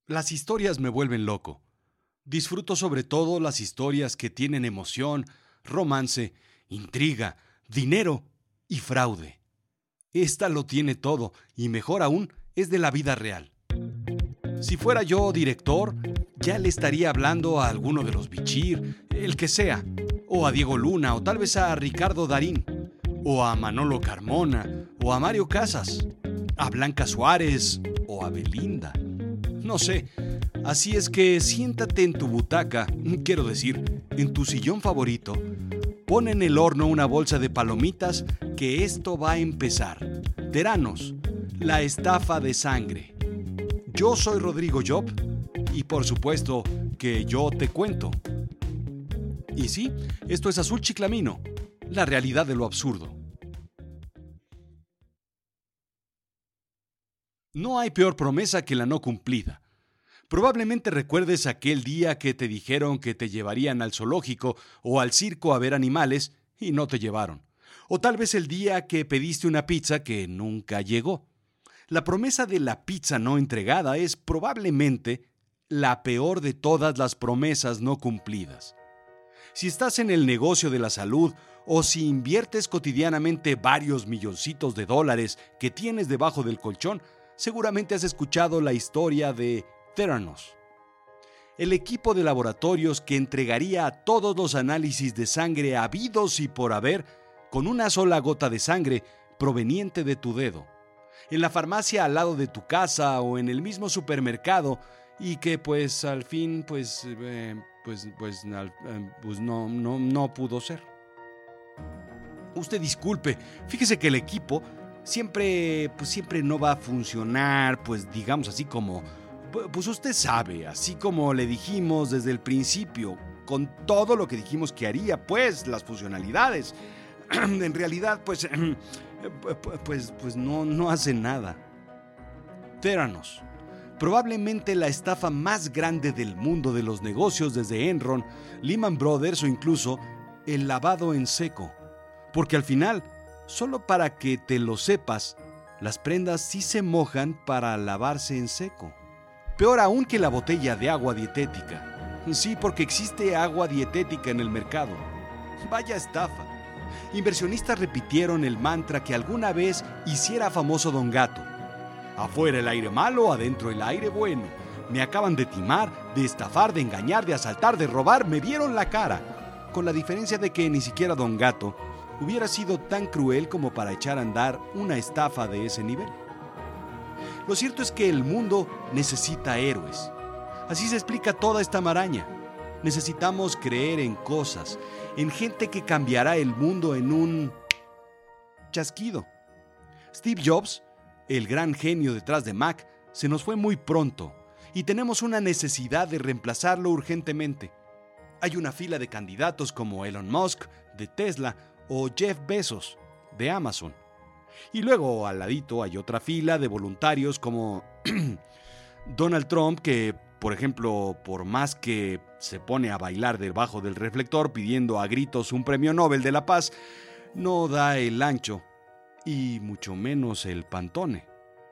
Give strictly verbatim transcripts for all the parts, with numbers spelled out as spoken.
Las historias me vuelven loco. Disfruto sobre todo las historias que tienen emoción, romance, intriga, dinero y fraude. Esta lo tiene todo y mejor aún es de la vida real. Si fuera yo director, ya le estaría hablando a alguno de los Bichir, el que sea, o a Diego Luna, o tal vez a Ricardo Darín, o a Manolo Carmona, o a Mario Casas, a Blanca Suárez o a Belinda. No sé, así es que siéntate en tu butaca, quiero decir, en tu sillón favorito, pon en el horno una bolsa de palomitas que esto va a empezar. Teranos, la estafa de sangre. Yo soy Rodrigo Job y por supuesto que yo te cuento. Y sí, esto es Azul Chiclamino, la realidad de lo absurdo. No hay peor promesa que la no cumplida. Probablemente recuerdes aquel día que te dijeron que te llevarían al zoológico o al circo a ver animales y no te llevaron. O tal vez el día que pediste una pizza que nunca llegó. La promesa de la pizza no entregada es probablemente la peor de todas las promesas no cumplidas. Si estás en el negocio de la salud o si inviertes cotidianamente varios milloncitos de dólares que tienes debajo del colchón, seguramente has escuchado la historia de Theranos, el equipo de laboratorios que entregaría todos los análisis de sangre habidos y por haber con una sola gota de sangre proveniente de tu dedo, en la farmacia al lado de tu casa o en el mismo supermercado y que pues al fin pues eh, pues pues, al, eh, pues no, no, no pudo ser. Usted disculpe, fíjese que el equipo siempre pues siempre no va a funcionar, pues digamos así como pues usted sabe, así como le dijimos desde el principio, con todo lo que dijimos que haría, pues, las funcionalidades. En realidad, pues, pues, pues no, no hace nada. Theranos, probablemente la estafa más grande del mundo de los negocios desde Enron, Lehman Brothers o incluso el lavado en seco. Porque al final, solo para que te lo sepas, las prendas sí se mojan para lavarse en seco. Peor aún que la botella de agua dietética. Sí, porque existe agua dietética en el mercado. Vaya estafa. Inversionistas repitieron el mantra que alguna vez hiciera famoso Don Gato. Afuera el aire malo, adentro el aire bueno. Me acaban de timar, de estafar, de engañar, de asaltar, de robar, me vieron la cara. Con la diferencia de que ni siquiera Don Gato hubiera sido tan cruel como para echar a andar una estafa de ese nivel. Lo cierto es que el mundo necesita héroes. Así se explica toda esta maraña. Necesitamos creer en cosas, en gente que cambiará el mundo en un chasquido. Steve Jobs, el gran genio detrás de Mac, se nos fue muy pronto y tenemos una necesidad de reemplazarlo urgentemente. Hay una fila de candidatos como Elon Musk, de Tesla, o Jeff Bezos, de Amazon. Y luego al ladito hay otra fila de voluntarios como Donald Trump, que, por ejemplo, por más que se pone a bailar debajo del reflector pidiendo a gritos un premio Nobel de la Paz, no da el ancho, y mucho menos el pantone.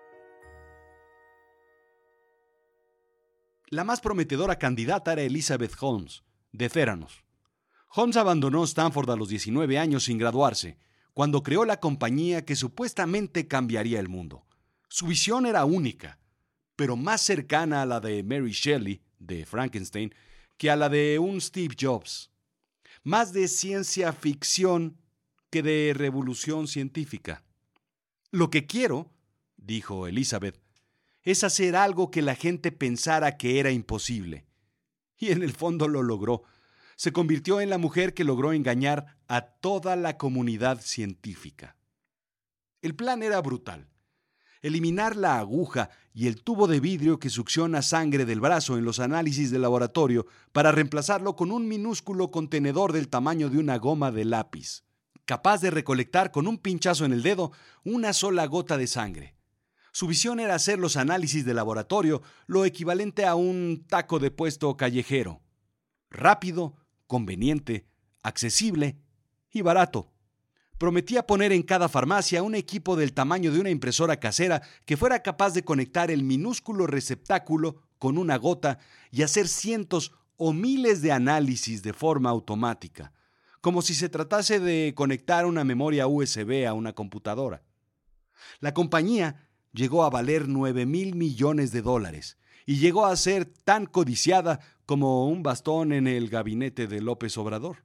La más prometedora candidata era Elizabeth Holmes, de Theranos. Holmes abandonó Stanford a los diecinueve años sin graduarse, cuando creó la compañía que supuestamente cambiaría el mundo. Su visión era única, pero más cercana a la de Mary Shelley, de Frankenstein, que a la de un Steve Jobs. Más de ciencia ficción que de revolución científica. Lo que quiero, dijo Elizabeth, es hacer algo que la gente pensara que era imposible. Y en el fondo lo logró. Se convirtió en la mujer que logró engañar a toda la comunidad científica. El plan era brutal. Eliminar la aguja y el tubo de vidrio que succiona sangre del brazo en los análisis de laboratorio para reemplazarlo con un minúsculo contenedor del tamaño de una goma de lápiz, capaz de recolectar con un pinchazo en el dedo una sola gota de sangre. Su visión era hacer los análisis de laboratorio lo equivalente a un taco de puesto callejero. Rápido, conveniente, accesible y barato. Prometía poner en cada farmacia un equipo del tamaño de una impresora casera que fuera capaz de conectar el minúsculo receptáculo con una gota y hacer cientos o miles de análisis de forma automática, como si se tratase de conectar una memoria U S B a una computadora. La compañía llegó a valer nueve mil millones de dólares y llegó a ser tan codiciada como un bastón en el gabinete de López Obrador.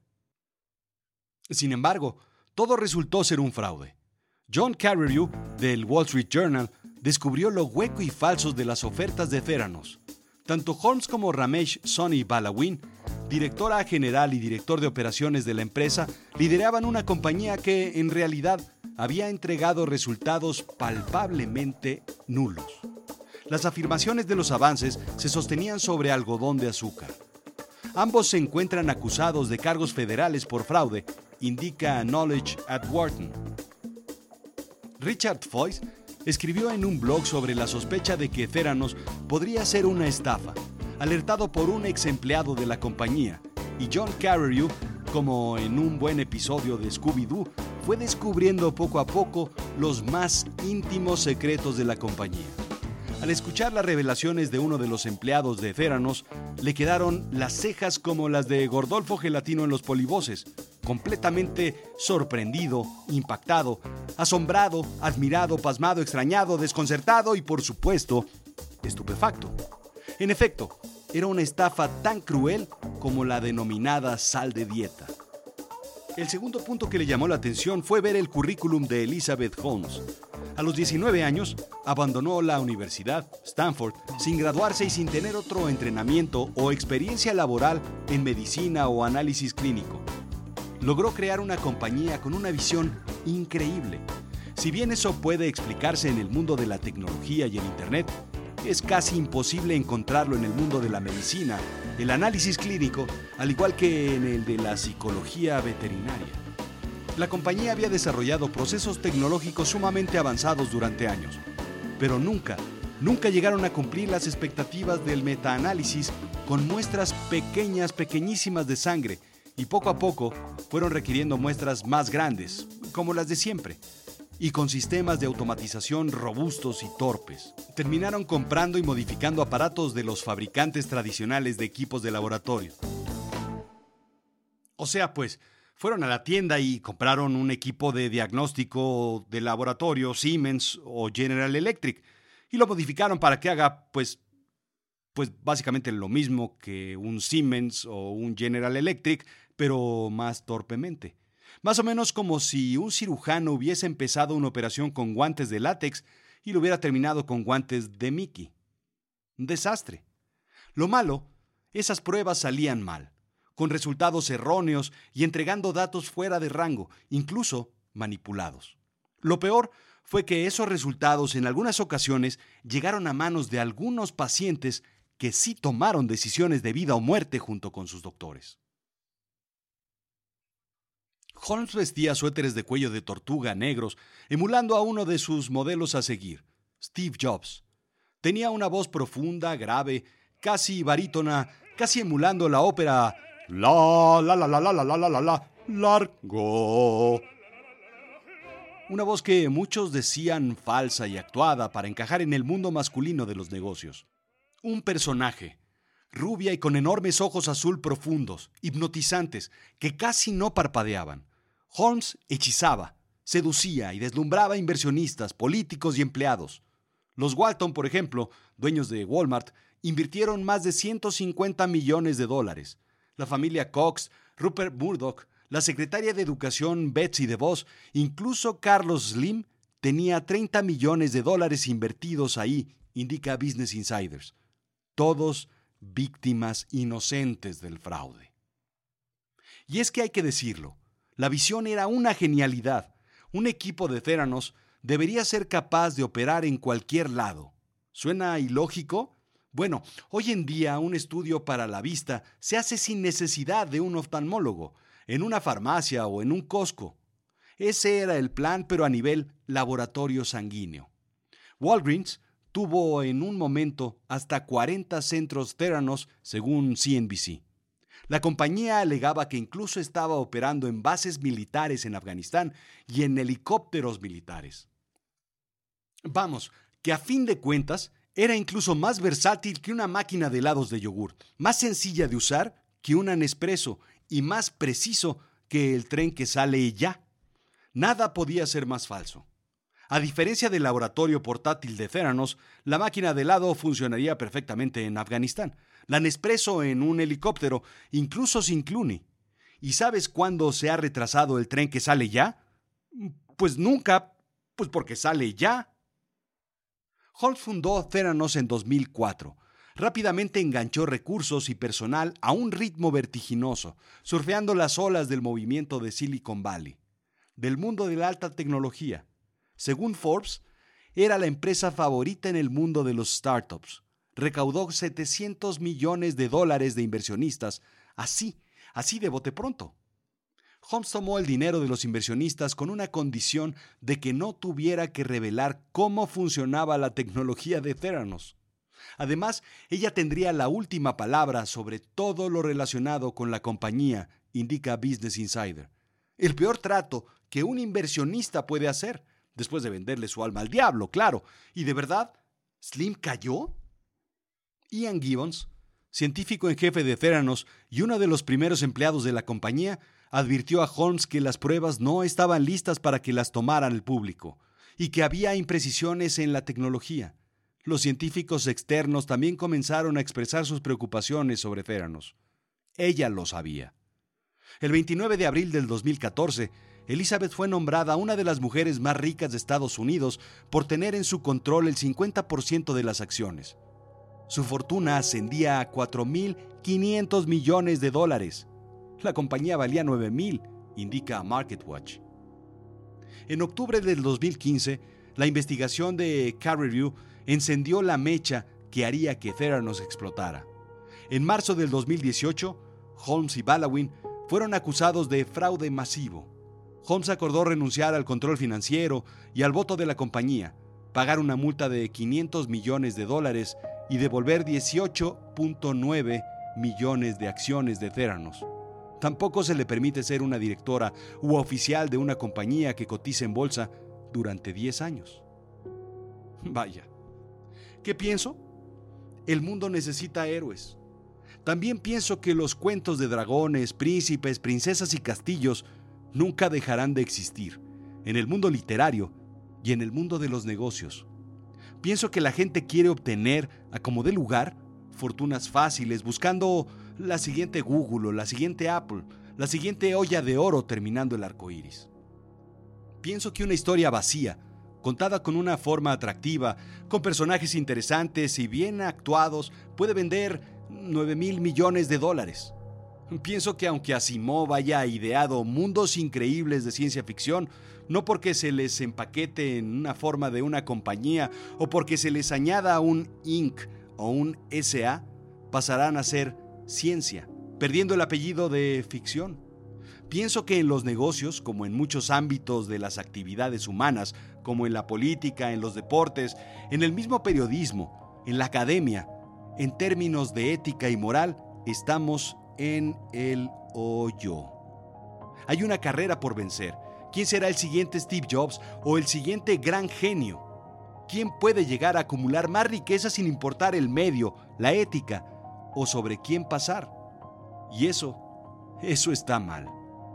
Sin embargo, todo resultó ser un fraude. John Carreyrou, del Wall Street Journal, descubrió lo hueco y falsos de las ofertas de Theranos. Tanto Holmes como Ramesh Soni Balawin, directora general y director de operaciones de la empresa, lideraban una compañía que, en realidad, había entregado resultados palpablemente nulos. Las afirmaciones de los avances se sostenían sobre algodón de azúcar. Ambos se encuentran acusados de cargos federales por fraude, indica Knowledge at Wharton. Richard Foyce escribió en un blog sobre la sospecha de que Theranos podría ser una estafa, alertado por un ex empleado de la compañía, y John Carreyrou, como en un buen episodio de Scooby-Doo, fue descubriendo poco a poco los más íntimos secretos de la compañía. Al escuchar las revelaciones de uno de los empleados de Theranos, le quedaron las cejas como las de Gordolfo Gelatino en Los Polivoces, completamente sorprendido, impactado, asombrado, admirado, pasmado, extrañado, desconcertado y, por supuesto, estupefacto. En efecto, era una estafa tan cruel como la denominada sal de dieta. El segundo punto que le llamó la atención fue ver el currículum de Elizabeth Holmes. A los diecinueve años, abandonó la universidad, Stanford, sin graduarse y sin tener otro entrenamiento o experiencia laboral en medicina o análisis clínico. Logró crear una compañía con una visión increíble. Si bien eso puede explicarse en el mundo de la tecnología y el Internet, es casi imposible encontrarlo en el mundo de la medicina, el análisis clínico, al igual que en el de la psicología veterinaria. La compañía había desarrollado procesos tecnológicos sumamente avanzados durante años, pero nunca, nunca llegaron a cumplir las expectativas del metaanálisis con muestras pequeñas, pequeñísimas de sangre, y poco a poco fueron requiriendo muestras más grandes, como las de siempre, y con sistemas de automatización robustos y torpes. Terminaron comprando y modificando aparatos de los fabricantes tradicionales de equipos de laboratorio. O sea, pues, fueron a la tienda y compraron un equipo de diagnóstico de laboratorio Siemens o General Electric y lo modificaron para que haga, pues, pues básicamente lo mismo que un Siemens o un General Electric, pero más torpemente. Más o menos como si un cirujano hubiese empezado una operación con guantes de látex y lo hubiera terminado con guantes de Mickey. Un desastre. Lo malo, esas pruebas salían mal, con resultados erróneos y entregando datos fuera de rango, incluso manipulados. Lo peor fue que esos resultados en algunas ocasiones llegaron a manos de algunos pacientes que sí tomaron decisiones de vida o muerte junto con sus doctores. Holmes vestía suéteres de cuello de tortuga negros, emulando a uno de sus modelos a seguir, Steve Jobs. Tenía una voz profunda, grave, casi barítona, casi emulando la ópera La la la la la la la la la la largo. Una voz que muchos decían falsa y actuada para encajar en el mundo masculino de los negocios. Un personaje, rubia y con enormes ojos azul profundos, hipnotizantes, que casi no parpadeaban. Holmes hechizaba, seducía y deslumbraba inversionistas, políticos y empleados. Los Walton, por ejemplo, dueños de Walmart, invirtieron más de ciento cincuenta millones de dólares. La familia Cox, Rupert Murdoch, la secretaria de Educación Betsy DeVos, incluso Carlos Slim, tenía treinta millones de dólares invertidos ahí, indica Business Insiders. Todos víctimas inocentes del fraude. Y es que hay que decirlo, la visión era una genialidad. Un equipo de Theranos debería ser capaz de operar en cualquier lado. ¿Suena ilógico? Bueno, hoy en día un estudio para la vista se hace sin necesidad de un oftalmólogo, en una farmacia o en un Costco. Ese era el plan, pero a nivel laboratorio sanguíneo. Walgreens tuvo en un momento hasta cuarenta centros Theranos, según C N B C. La compañía alegaba que incluso estaba operando en bases militares en Afganistán y en helicópteros militares. Vamos, que a fin de cuentas, Era incluso más versátil que una máquina de helados de yogur, más sencilla de usar que una Nespresso y más preciso que el tren que sale ya. Nada podía ser más falso. A diferencia del laboratorio portátil de Theranos, la máquina de helado funcionaría perfectamente en Afganistán, la Nespresso en un helicóptero, incluso sin Clooney. ¿Y sabes cuándo se ha retrasado el tren que sale ya? Pues nunca, pues porque sale ya. Holmes fundó Theranos en dos mil cuatro. Rápidamente enganchó recursos y personal a un ritmo vertiginoso, surfeando las olas del movimiento de Silicon Valley, del mundo de la alta tecnología. Según Forbes, era la empresa favorita en el mundo de los startups. Recaudó setecientos millones de dólares de inversionistas, así, así de bote pronto. Holmes tomó el dinero de los inversionistas con una condición de que no tuviera que revelar cómo funcionaba la tecnología de Theranos. Además, ella tendría la última palabra sobre todo lo relacionado con la compañía, indica Business Insider. El peor trato que un inversionista puede hacer, después de venderle su alma al diablo, claro. ¿Y de verdad, Slim cayó? Ian Gibbons, científico en jefe de Theranos y uno de los primeros empleados de la compañía, advirtió a Holmes que las pruebas no estaban listas para que las tomaran el público y que había imprecisiones en la tecnología. Los científicos externos también comenzaron a expresar sus preocupaciones sobre Theranos. Ella lo sabía. El veintinueve de abril del dos mil catorce, Elizabeth fue nombrada una de las mujeres más ricas de Estados Unidos por tener en su control el cincuenta por ciento de las acciones. Su fortuna ascendía a cuatro mil quinientos millones de dólares. La compañía valía nueve mil, indica MarketWatch. En octubre del dos mil quince, la investigación de CareerView encendió la mecha que haría que Theranos explotara. En marzo del dos mil dieciocho, Holmes y Baldwin fueron acusados de fraude masivo. Holmes acordó renunciar al control financiero y al voto de la compañía, pagar una multa de quinientos millones de dólares y devolver dieciocho punto nueve millones de acciones de Theranos. Tampoco se le permite ser una directora u oficial de una compañía que cotiza en bolsa durante diez años. Vaya. ¿Qué pienso? El mundo necesita héroes. También pienso que los cuentos de dragones, príncipes, princesas y castillos nunca dejarán de existir en el mundo literario y en el mundo de los negocios. Pienso que la gente quiere obtener, a como dé lugar, fortunas fáciles, buscando la siguiente Google o la siguiente Apple, la siguiente olla de oro terminando el arco iris. Pienso que una historia vacía, contada con una forma atractiva, con personajes interesantes y bien actuados, puede vender nueve mil millones de dólares. Pienso que aunque Asimov haya ideado mundos increíbles de ciencia ficción, no porque se les empaquete en una forma de una compañía o porque se les añada un Inc o un S A, pasarán a ser ciencia, perdiendo el apellido de ficción. Pienso que en los negocios, como en muchos ámbitos de las actividades humanas, como en la política, en los deportes, en el mismo periodismo, en la academia, en términos de ética y moral, estamos en el hoyo. Hay una carrera por vencer. ¿Quién será el siguiente Steve Jobs o el siguiente gran genio? ¿Quién puede llegar a acumular más riqueza sin importar el medio, la ética o sobre quién pasar? Y eso, eso está mal.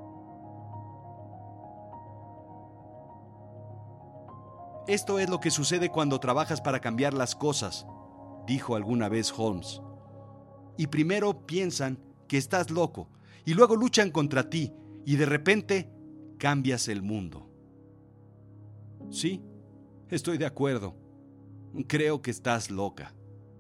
Esto es lo que sucede cuando trabajas para cambiar las cosas, dijo alguna vez Holmes. Y primero piensan que estás loco, y luego luchan contra ti, y de repente cambias el mundo. Sí, estoy de acuerdo. Creo que estás loca.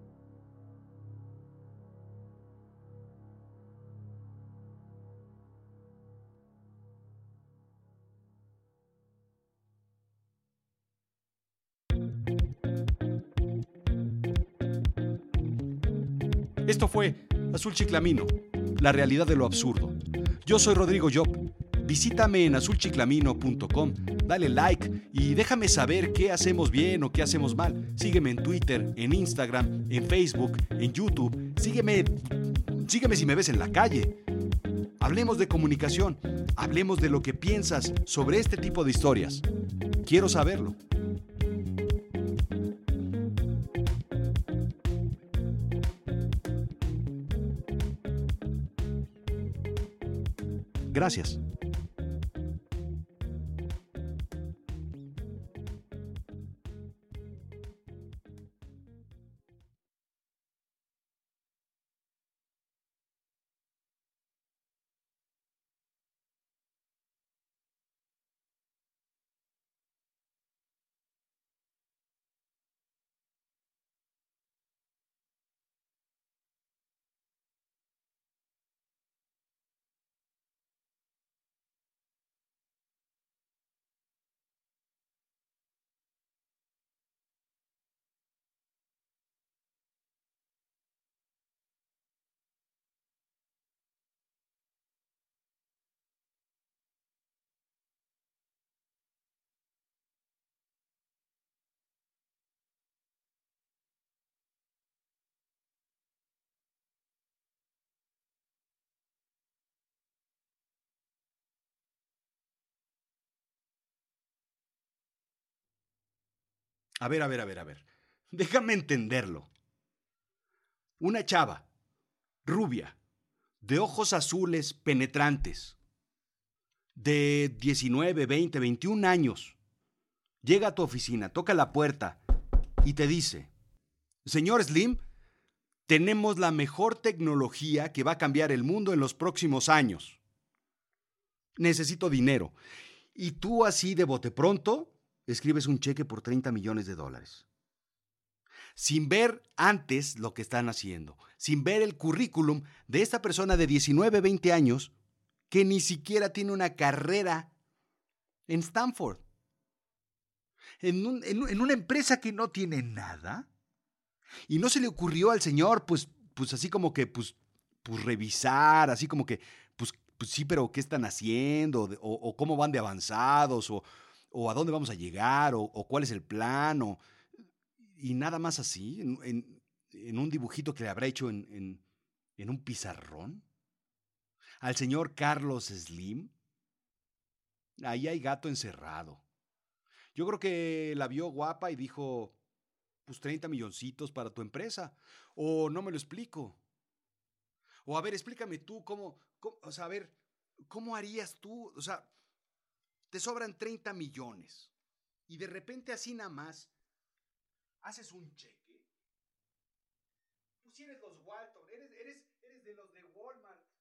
Esto fue Azul Chiclamino, la realidad de lo absurdo. Yo soy Rodrigo Job. Visítame en azul chiclamino punto com, dale like y déjame saber qué hacemos bien o qué hacemos mal. Sígueme en Twitter, en Instagram, en Facebook, en YouTube. Sígueme, sígueme si me ves en la calle. Hablemos de comunicación, hablemos de lo que piensas sobre este tipo de historias. Quiero saberlo. Gracias. A ver, a ver, a ver, a ver. Déjame entenderlo. Una chava, rubia, de ojos azules penetrantes, de diecinueve, veinte, veintiún años, llega a tu oficina, toca la puerta y te dice, señor Slim, tenemos la mejor tecnología que va a cambiar el mundo en los próximos años. Necesito dinero. Y tú así de bote pronto escribes un cheque por treinta millones de dólares. Sin ver antes lo que están haciendo, sin ver el currículum de esta persona de diecinueve, veinte años que ni siquiera tiene una carrera en Stanford, en, un, en, en una empresa que no tiene nada. Y no se le ocurrió al señor, pues, pues así como que, pues, pues revisar, así como que, pues, pues sí, pero ¿qué están haciendo? O, o cómo van de avanzados, o, o a dónde vamos a llegar, o, o cuál es el plan, o, y nada más así, en, en, en un dibujito que le habrá hecho en, en, en un pizarrón. Al señor Carlos Slim, ahí hay gato encerrado. Yo creo que la vio guapa y dijo, pues treinta milloncitos para tu empresa. O no me lo explico. O a ver, explícame tú cómo, cómo, o sea, a ver, ¿cómo harías tú? O sea, te sobran treinta millones y de repente así nada más haces un cheque. Pues si eres los Walton, eres, eres, eres de los de Walmart.